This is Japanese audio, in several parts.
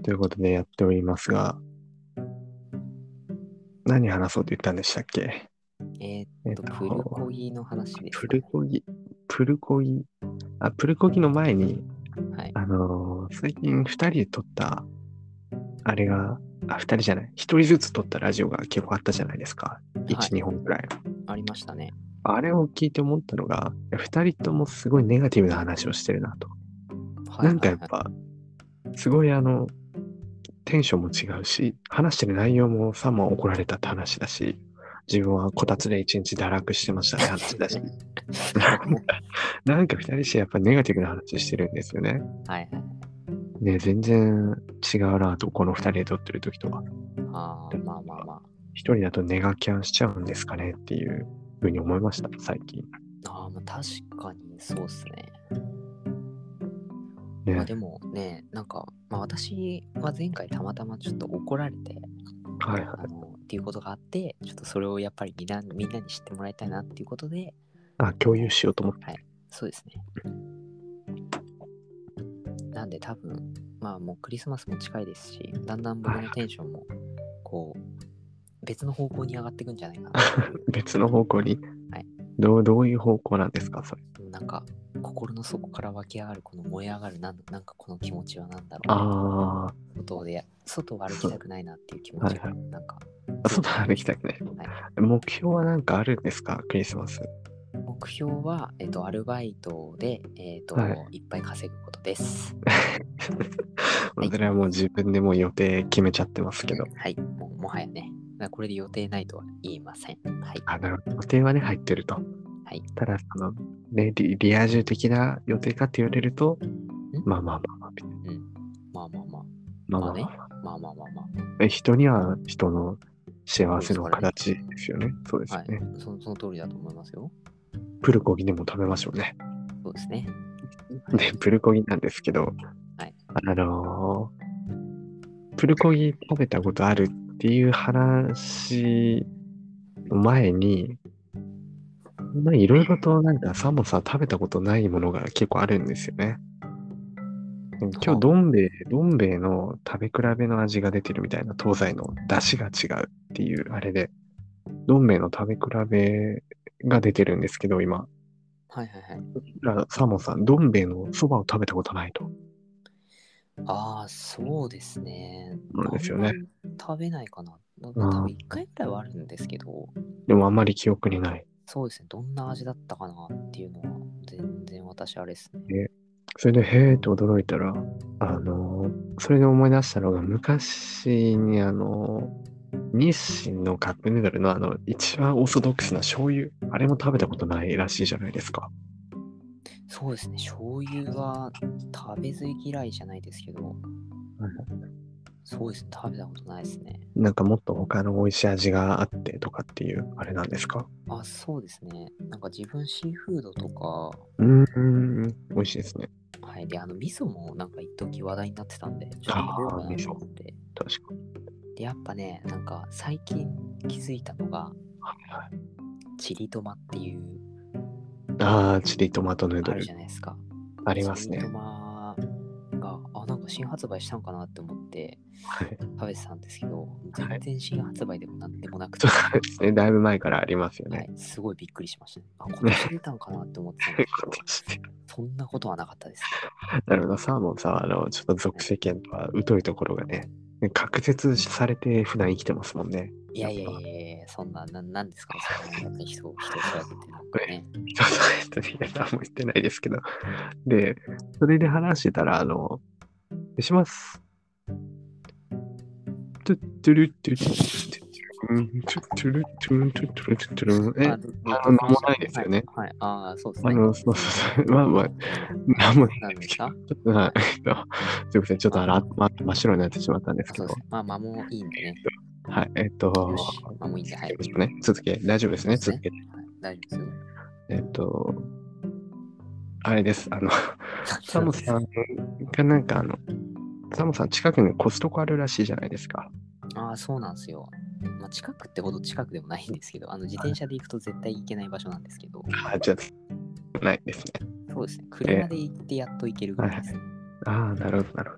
ということでやっておりますが、何話そうと言ったんでしたっけ？ プルコギの話ですプかね。 ルコギ、プルコギ、プルコギの前に、 はい。 最近2人で撮った、あれが、2人じゃない、1人ずつ撮ったラジオが結構あったじゃないですか。1、 はい。 2本くらい。 ありましたね。 あれを聞いて思ったのが、2人ともすごいネガティブな話をしてるなと。なんかはいはいはい。 やっぱ、すごいテンションも違うし、話してる内容もさも怒られたって話だし、自分はこたつで一日堕落してましたって話だし、なんか二人してやっぱネガティブな話してるんですよね。 はいはい。 ね、全然違うなと、この二人で撮ってる時とは。 まあまあま一人だとネガキャンしちゃうんですかねっていうふうに思いました、最近。 あ。まあ確かにそうっすね。まあね。 でもね、私は前回たまたまちょっと怒られて、 はいはい。 っていうことがあって、ちょっとそれをやっぱりみんなに知ってもらいたいなっていうことで、 共有しようと思って。 はい。そうですね。なんで多分、まあもうクリスマスも近いですし、だんだん僕のテンションも、こう、別の方向に上がっていくんじゃないかなっていう。 別の方向に、 はい。 どういう方向なんですか、それ。 なんか、心の底から湧き上がる、この燃え上がる、なんかこの気持ちは何だろうね。 あ外を歩きたくないなっていう気持ちが、 はいはい。 なんか、 外歩きたくね。 はい。 目標はなんかあるんですか、クリスマス。 目標は、アルバイトで、 はい。 いっぱい稼ぐことです。 まあはい。 それはもう自分でもう予定決めちゃってますけど。 はい。もはやね。これで予定ないとは言いません。はい。 なるほど。予定はね、入ってると。 はい。 ただ、ね、リア充的な予定かって言われると、 んまあまあまあまあ、 うん。まあまあまあ。 まあまあね。 まあまあまあ。 まあまあまあまあ。 人には人の幸せのそうですからね。 形ですよね。そうですはい。 よね。 その通りだと思いますよ。 プルコギでも食べましょうね。 そうですね。はい。 で、プルコギなんですけど、 はい。 あのプルコギ食べたことあるっていう話の前に、まあ、いろいろとなんかサモさん食べたことないものが結構あるんですよね。今日はどん兵衛の食べ比べの味が出てるみたいな、東西の出汁が違うっていうあれで、どん兵衛の食べ比べが出てるんですけど、今。 はいはいはい。 サモさん、どん兵衛のそばを食べたことないと。 ああ、そうですね。 なんですよね。 あんまり食べないかな。多分うん。 1回くらいはあるんですけど、 でもあんまり記憶にない。 そうですね。どんな味だったかなっていうのは、全然私あれですね。 で、それで、へーって驚いたら、それで思い出したのが、昔に日清のカップヌードルの一番オーソドックスな醤油、あれも食べたことないらしいじゃないですか。 そうですね。醤油は食べず嫌いじゃないですけど、そうですね。食べたことないですね。 なんかもっと他の美味しい味があってとかっていう、あれなんですか？ あ、そうですね。なんか自分シーフードとか、 美味しいですね。 はい。で、味噌もなんか一時話題になってたんで、ちょっと食べようかな味噌。 と思って。 確かに。 で、やっぱね、なんか最近気づいたのが、 はいはい。 チリトマっていう、 チリトマトヌードあるル。 じゃないですか。 あで、チリトりますね。 マが、なんか新発売したんかなって思ってはい。 食べてたんですけど、全はい。 然新発売でもなんでもなくそうて、 ですね。だいぶ前からありますよね。 はい、すごいびっくりしましたね。今ね。 年出たんかなって思ってたんですけど、 今年そんなことはなかったですね。 なるほど。サーモンさんは、ちょっとはい、 属世間とは疎いところがね、隔絶されて普段生きてますもんね。 いやいやいやっぱ。 やいや、そんな、なんですかね、そんなやって人をそうやってなんかね。 人それぞれ何も言ってないですけど。で、それで話してたら、します。トゥットゥルットゥルットゥトゥトゥルットゥルントゥトゥルットゥトゥルンどうしましたなんもないですはい、 よね。 はい、ああ、そうですね。 そうそうそう。まあまあ、なんもないんですけど。 なんですかちょっと、 はい。 すいません。ちょっとまあ、 真っ白になってしまったんですけど。 そうですね。まあ、間もいいんでね。 はい。 よし、間もいいんで、はい。 続けましょうね。大丈夫ですね。 そうですね。 続けて。 はい、大丈夫ですよ。 えっと、あれです。サなんですかムさんがなんかサムさん近くにコストコあるらしいじゃないですか。 ああ、そうなんですよ。まあ、近くってほど近くでもないんですけど、自転車で行くと絶対行けない場所なんですけど、 じゃあ、ないですね。 そうですね。 え車で行ってやっと行けるぐはいはい。 らいですね。 なるほど、なるほど。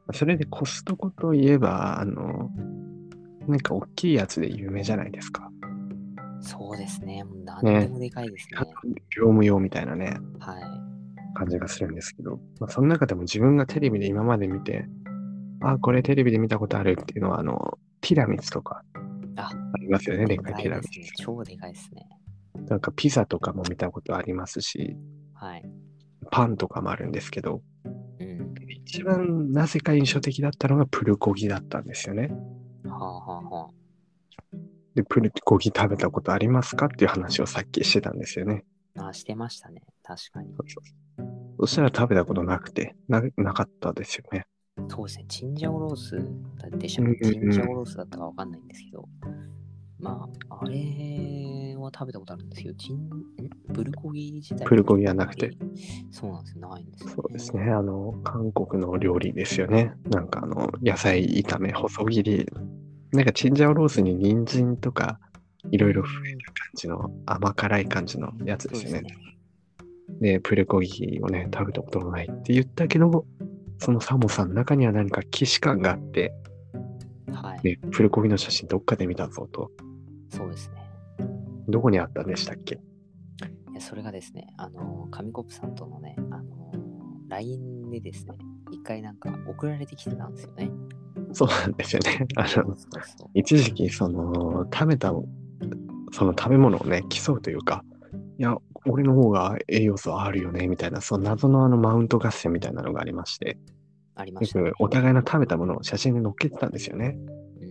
それでコストコといえば、なんか大きいやつで有名じゃないですか。 そうですね。もう何でね。 もでかいですね。 業務用みたいなね、 はい。 感じがするんですけど、その中でも自分がテレビで今まで見て、これテレビで見たことあるっていうのは、ティラミスとかあ、 ありますよね、ででっかいかティラミいですね。 ス。 超でかいですね。 なんかピザとかも見たことありますし、 はい。 パンとかもあるんですけど、 うん。 一番なぜか印象的だったのがプルコギだったんですよね。 はあはあはで、プルコギ食べたことありますかっていう話をさっきしてたんですよね。 あ。あ、してましたね。確かに。 そうそうそしたら食べたことなくて、なかったですよね。 そうですね。チンジャオロースでしたうんっけ？チンうんジャオロースだったかわかんないんですけど、まあ、あれは食べたことあるんですけど、プルコギ自体はプルコギはあんまり、 なくて。 そうなんですよ。ないんですよね。 そうですね。韓国の料理ですよね。なんか野菜炒め、細切り。なんかチンジャオロースに人参とか、いろいろ増えた感じの甘辛い感じのやつですよね。 そうですね。 で、プルコギをね、食べたこともないって言ったけど、そのサモさんの中には何か既視感があって、 はい。 で、プルコギの写真どっかで見たぞと。 そうですね。 どこにあったんでしたっけ？ いや、それがですね、紙コップさんとのね、LINE でですね、一回なんか送られてきてたんですよね。 そうなんですよね。 そうそうそう。 一時期、食べた、その食べ物をね、競うというか、いや、俺の方が栄養素あるよね、みたいな、その謎のマウント合戦みたいなのがありまして、よありましたね。 くお互いの食べたものを写真で載っけてたんですよね。 うん。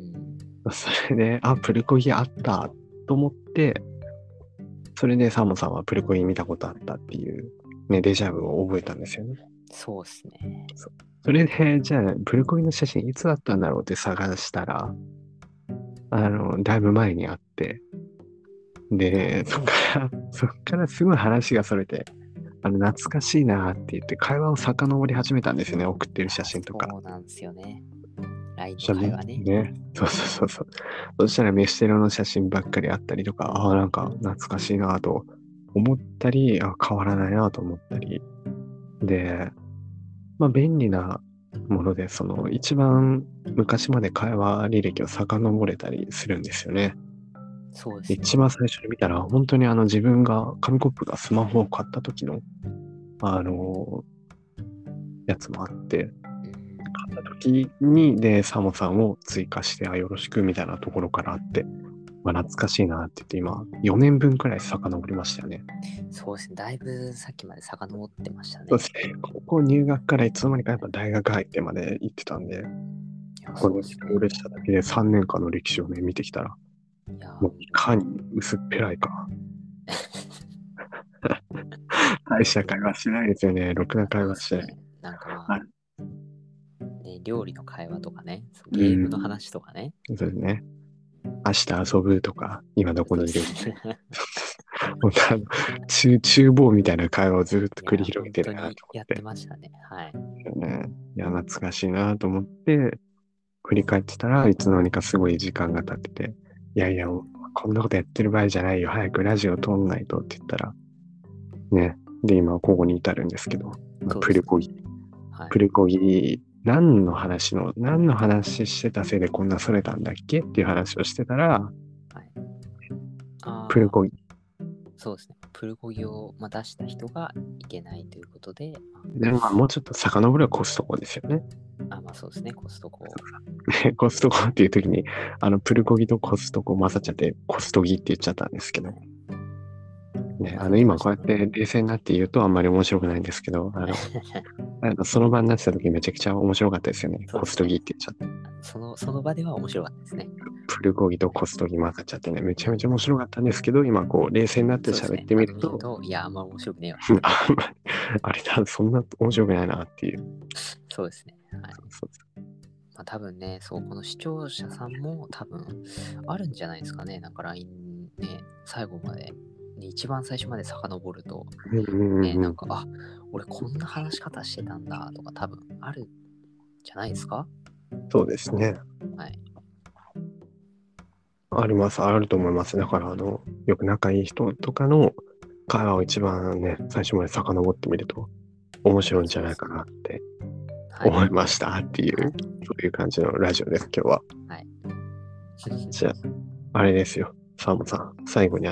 それで、プルコギあったと思って、それでサーモンさんはプルコギ見たことあったっていう、ね、デジャブを覚えたんですよね。 そうですね。 それで、じゃあ、プルコギの写真いつだったんだろうって探したら、だいぶ前にあって、で、そっからすごい話がそれて、懐かしいなって言って会話を遡り始めたんですよね、送ってる写真とか。 そうなんですよね。LINE のそしたら会話ね。 ね、そうそうそうそう。そしたら飯テロの写真ばっかりあったりとか、なんか懐かしいなと思ったり、変わらないなと思ったり。で、便利なもので、一番昔まで会話履歴を遡れたりするんですよね。 そうですね。 一番最初に見たら、本当に自分が、紙コップがスマホを買った時の、あの、やつもあって、 うん。 買った時に、で、サモさんを追加して、よろしくみたいなところからあって、懐かしいなって言って、今、4年分くらい遡りましたよね。 そうですね。だいぶさっきまで遡ってましたね。 そうですね。ここ入学からいつの間にかやっぱ大学入ってまで行ってたんで、 いや、 こそうですね。 れゴールしただけで3年間の歴史をね、見てきたら、 いや、 もういかに薄っぺらいか。大した会話しないですよね。ろくな会話してない。 ね、なんかまはいあ、ね、料理の会話とかね、 うんゲームの話とかね。 そうですね。明日遊ぶとか、今どこにいるそうですね。 本当厨房みたいな会話をずっと繰り広げてるなと本当にやって思って。 ましたね。はい。 ね、いや、懐かしいなと思って、振り返ってたらいつの間にかすごい時間が経ってて、いやいや、こんなことやってる場合じゃないよ。早くラジオ撮んないとって言ったら、ね。で、今ここに至るんですけど、プルコギ。 はい、 プルコギ、何の話してたせいでこんなそれたんだっけっていう話をしてたら、 はい。 プルコギ。 そうですね。プルコギを、出した人がいけないということで、 で、もうちょっと遡るはコストコですよね。 そうですね。コストコ。 コストコっていう時に、プルコギとコストコ混ざっちゃって、コストギって言っちゃったんですけど、ね、今こうやって冷静になって言うとあんまり面白くないんですけど、その場になってた時めちゃくちゃ面白かったですよね。コストギって言っちゃって。 その場では面白かったですね。 プルコギとコストギ混ざっちゃってね、めちゃめちゃ面白かったんですけど、今こう冷静になって喋ってみると、 いや、あんま面白くねえわ。 あれだ、そんな面白くないなっていう。 そうですね。はい。 そう多分ね、この視聴者さんも多分あるんじゃないですかね。なんか LINE ね、最後まで、ね、一番最初まで遡ると、ね、なんか、俺こんな話し方してたんだとか多分あるんじゃないですか？ そうですね。 はい。 あると思います。だから、よく仲いい人とかの会話を一番ね、最初まで遡ってみると面白いんじゃないかなって思いましたっていう、そういう感じのラジオです、今日は。 はい。 じゃあ、あれですよ、サーモンさん、最後に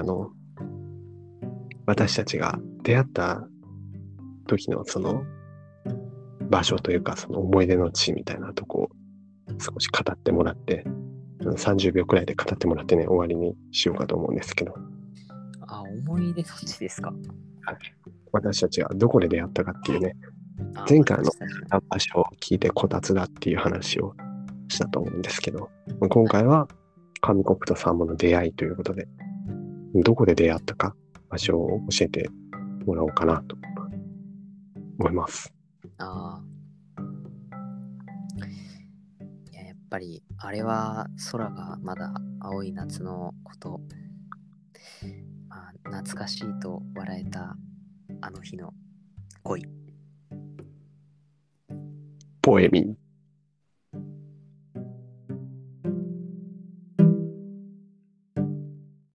私たちが出会った時のその場所というか、その思い出の地みたいなとこを少し語ってもらって、30秒くらいで語ってもらってね、終わりにしようかと思うんですけど。 思い出の地ですか。 はい、私たちがどこで出会ったかっていうね、 あ、 前回の私たちの。 場所を聞いてこたつだっていう話をしたと思うんですけど、今回は紙コップとサーモンの出会いということで、どこで出会ったか場所を教えてもらおうかなと思います。 あやっぱりあれは空がまだ青い夏のこと、懐かしいと笑えたあの日の恋。 ポエミー。